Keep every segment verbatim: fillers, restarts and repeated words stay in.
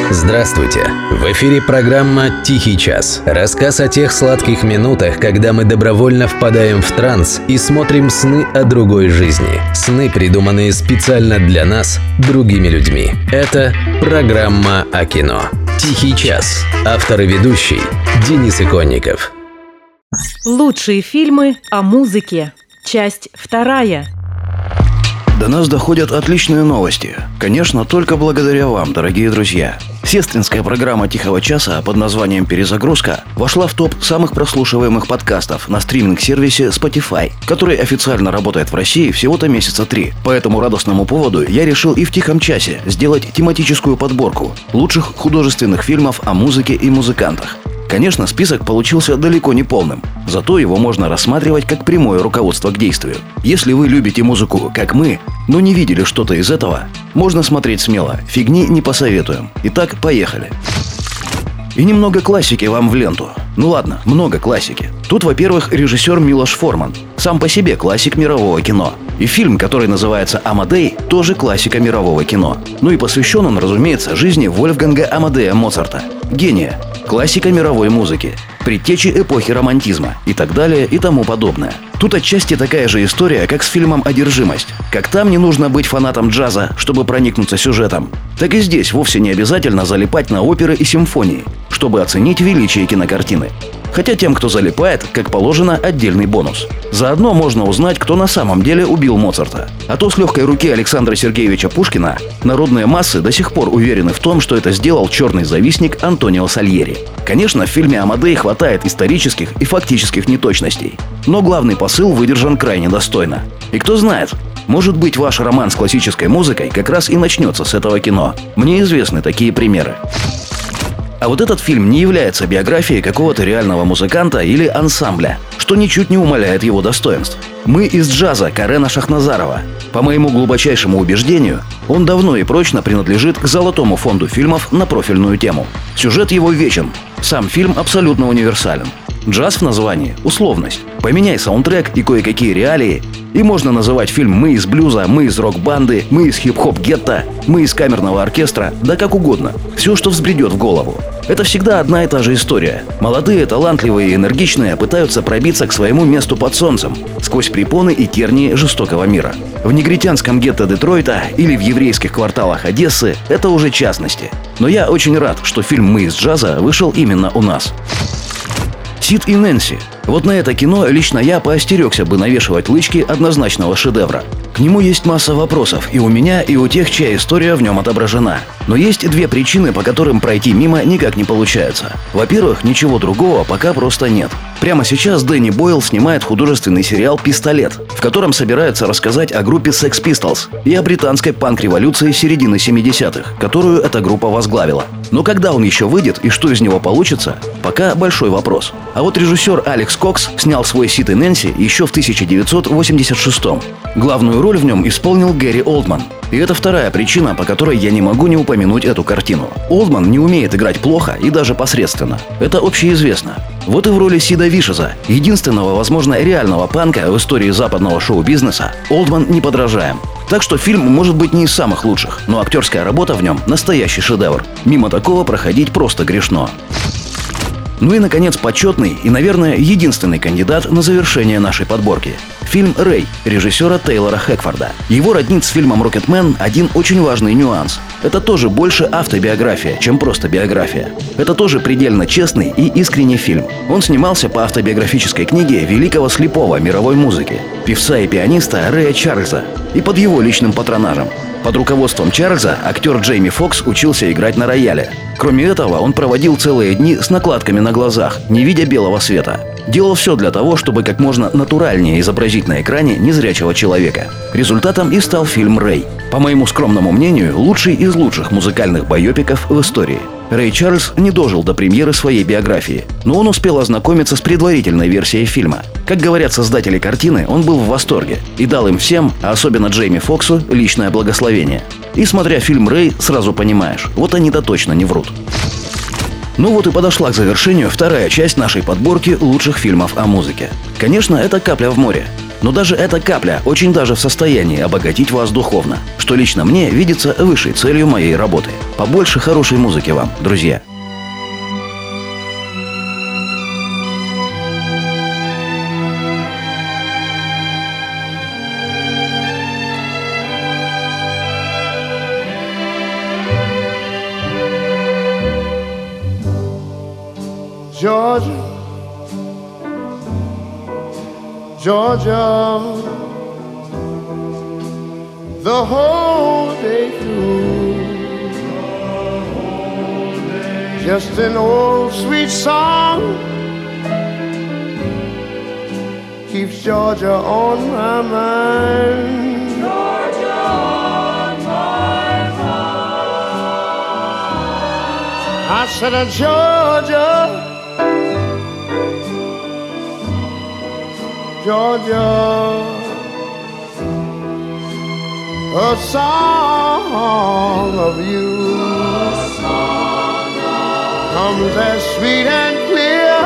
Здравствуйте! В эфире программа «Тихий час». Рассказ о тех сладких минутах, когда мы добровольно впадаем в транс и смотрим сны о другой жизни. Сны, придуманные специально для нас, другими людьми. Это программа о кино. «Тихий час». Автор и ведущий Денис Иконников. Лучшие фильмы о музыке. Часть вторая. До нас доходят отличные новости. Конечно, только благодаря вам, дорогие друзья. Сестринская программа «Тихого часа» под названием «Перезагрузка» вошла в топ самых прослушиваемых подкастов на стриминг-сервисе Spotify, который официально работает в России всего-то месяца три. По этому радостному поводу я решил и в «Тихом часе» сделать тематическую подборку лучших художественных фильмов о музыке и музыкантах. Конечно, список получился далеко не полным, зато его можно рассматривать как прямое руководство к действию. Если вы любите музыку, как мы, но не видели что-то из этого, можно смотреть смело, фигни не посоветуем. Итак, поехали. И немного классики вам в ленту. Ну ладно, много классики. Тут, во-первых, режиссер Милош Форман, сам по себе классик мирового кино. И фильм, который называется «Амадей», тоже классика мирового кино. Ну и посвящен он, разумеется, жизни Вольфганга Амадея Моцарта. Гения, классика мировой музыки, предтечи эпохи романтизма и так далее и тому подобное. Тут отчасти такая же история, как с фильмом «Одержимость». Как там не нужно быть фанатом джаза, чтобы проникнуться сюжетом, так и здесь вовсе не обязательно залипать на оперы и симфонии, чтобы оценить величие кинокартины. Хотя тем, кто залипает, как положено, отдельный бонус. Заодно можно узнать, кто на самом деле убил Моцарта. А то с легкой руки Александра Сергеевича Пушкина народные массы до сих пор уверены в том, что это сделал черный завистник Антонио Сальери. Конечно, в фильме «Амадей» хватает исторических и фактических неточностей, но главный посыл выдержан крайне достойно. И кто знает, может быть, ваш роман с классической музыкой как раз и начнется с этого кино. Мне известны такие примеры. А вот этот фильм не является биографией какого-то реального музыканта или ансамбля, что ничуть не умаляет его достоинств. «Мы из джаза» Карена Шахназарова. По моему глубочайшему убеждению, он давно и прочно принадлежит к золотому фонду фильмов на профильную тему. Сюжет его вечен. Сам фильм абсолютно универсален. Джаз в названии – условность. Поменяй саундтрек и кое-какие реалии, и можно называть фильм «Мы из блюза», «Мы из рок-банды», «Мы из хип-хоп-гетто», «Мы из камерного оркестра», да как угодно. Все, что взбредет в голову. Это всегда одна и та же история. Молодые, талантливые и энергичные пытаются пробиться к своему месту под солнцем, сквозь препоны и тернии жестокого мира. В негритянском гетто Детройта или в еврейских кварталах Одессы – это уже частности. Но я очень рад, что фильм «Мы из джаза» вышел именно у нас. «Сид и Нэнси». Вот на это кино лично я поостерегся бы навешивать лычки однозначного шедевра. К нему есть масса вопросов и у меня, и у тех, чья история в нем отображена. Но есть две причины, по которым пройти мимо никак не получается. Во-первых, ничего другого пока просто нет. Прямо сейчас Дэнни Бойл снимает художественный сериал «Пистолет», в котором собирается рассказать о группе Sex Pistols и о британской панк-революции середины семидесятых, которую эта группа возглавила. Но когда он еще выйдет и что из него получится, пока большой вопрос. А вот режиссер Алекс Кокс снял свой «Сид и Нэнси» еще в тысяча девятьсот восемьдесят шестом. Главную роль в нем исполнил Гэри Олдман. И это вторая причина, по которой я не могу не упомянуть эту картину. Олдман не умеет играть плохо и даже посредственно. Это общеизвестно. Вот и в роли Сида Вишеза, единственного, возможно, реального панка в истории западного шоу-бизнеса, Олдман неподражаем. Так что фильм может быть не из самых лучших, но актерская работа в нем – настоящий шедевр. Мимо такого проходить просто грешно. Ну и, наконец, почетный и, наверное, единственный кандидат на завершение нашей подборки. Фильм «Рэй» режиссера Тейлора Хэкфорда. Его роднит с фильмом «Рокетмен» один очень важный нюанс. Это тоже больше автобиография, чем просто биография. Это тоже предельно честный и искренний фильм. Он снимался по автобиографической книге великого слепого мировой музыки, певца и пианиста Рэя Чарльза, и под его личным патронажем. Под руководством Чарльза актер Джейми Фокс учился играть на рояле. Кроме этого, он проводил целые дни с накладками на глазах, не видя белого света. Делал все для того, чтобы как можно натуральнее изобразить на экране незрячего человека. Результатом и стал фильм «Рэй». По моему скромному мнению, лучший из лучших музыкальных байопиков в истории. Рэй Чарльз не дожил до премьеры своей биографии, но он успел ознакомиться с предварительной версией фильма. Как говорят создатели картины, он был в восторге и дал им всем, а особенно Джейми Фоксу, личное благословение. И смотря фильм «Рэй», сразу понимаешь, вот они-то точно не врут. Ну вот и подошла к завершению вторая часть нашей подборки лучших фильмов о музыке. Конечно, это капля в море. Но даже эта капля очень даже в состоянии обогатить вас духовно, что лично мне видится высшей целью моей работы. Побольше хорошей музыки вам, друзья! Georgia, Georgia, the whole day through, just an old sweet song keeps Georgia on my mind. Georgia on my mind. I said, uh, Georgia, Georgia, a song of you, a song of comes as sweet and clear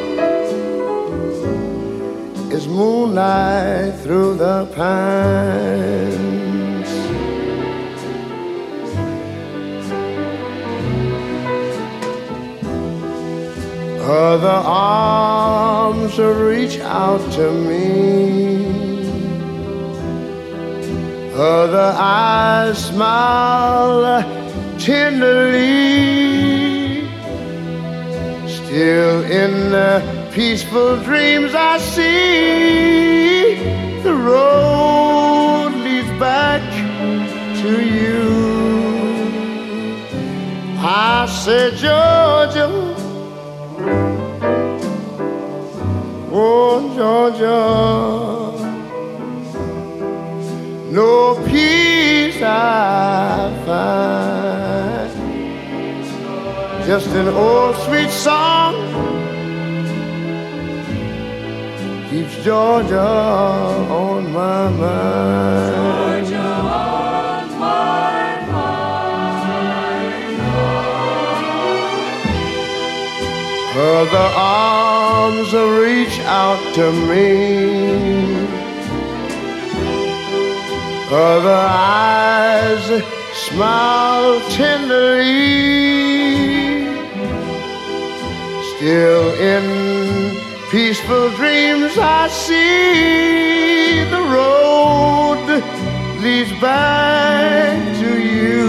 as moonlight through the pines. Other arms reach out to me, other eyes smile tenderly. Still in the peaceful dreams I see, the road leads back to you. I said, Georgia, oh, Georgia, no peace I find, just an old sweet song keeps Georgia on my mind. Georgia on my mind. Other arms reach out to me, other eyes smile tenderly. Still in peaceful dreams I see, the road leads back to you.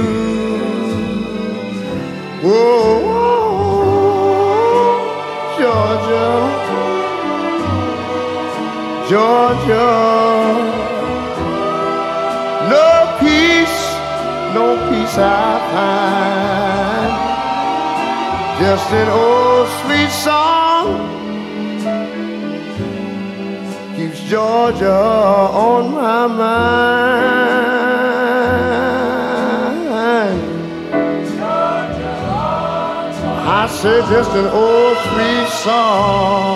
Whoa, whoa, Georgia, Georgia, no peace, no peace I find, just an old sweet song keeps Georgia on my mind. Georgia on my mind. I said just an old sweet song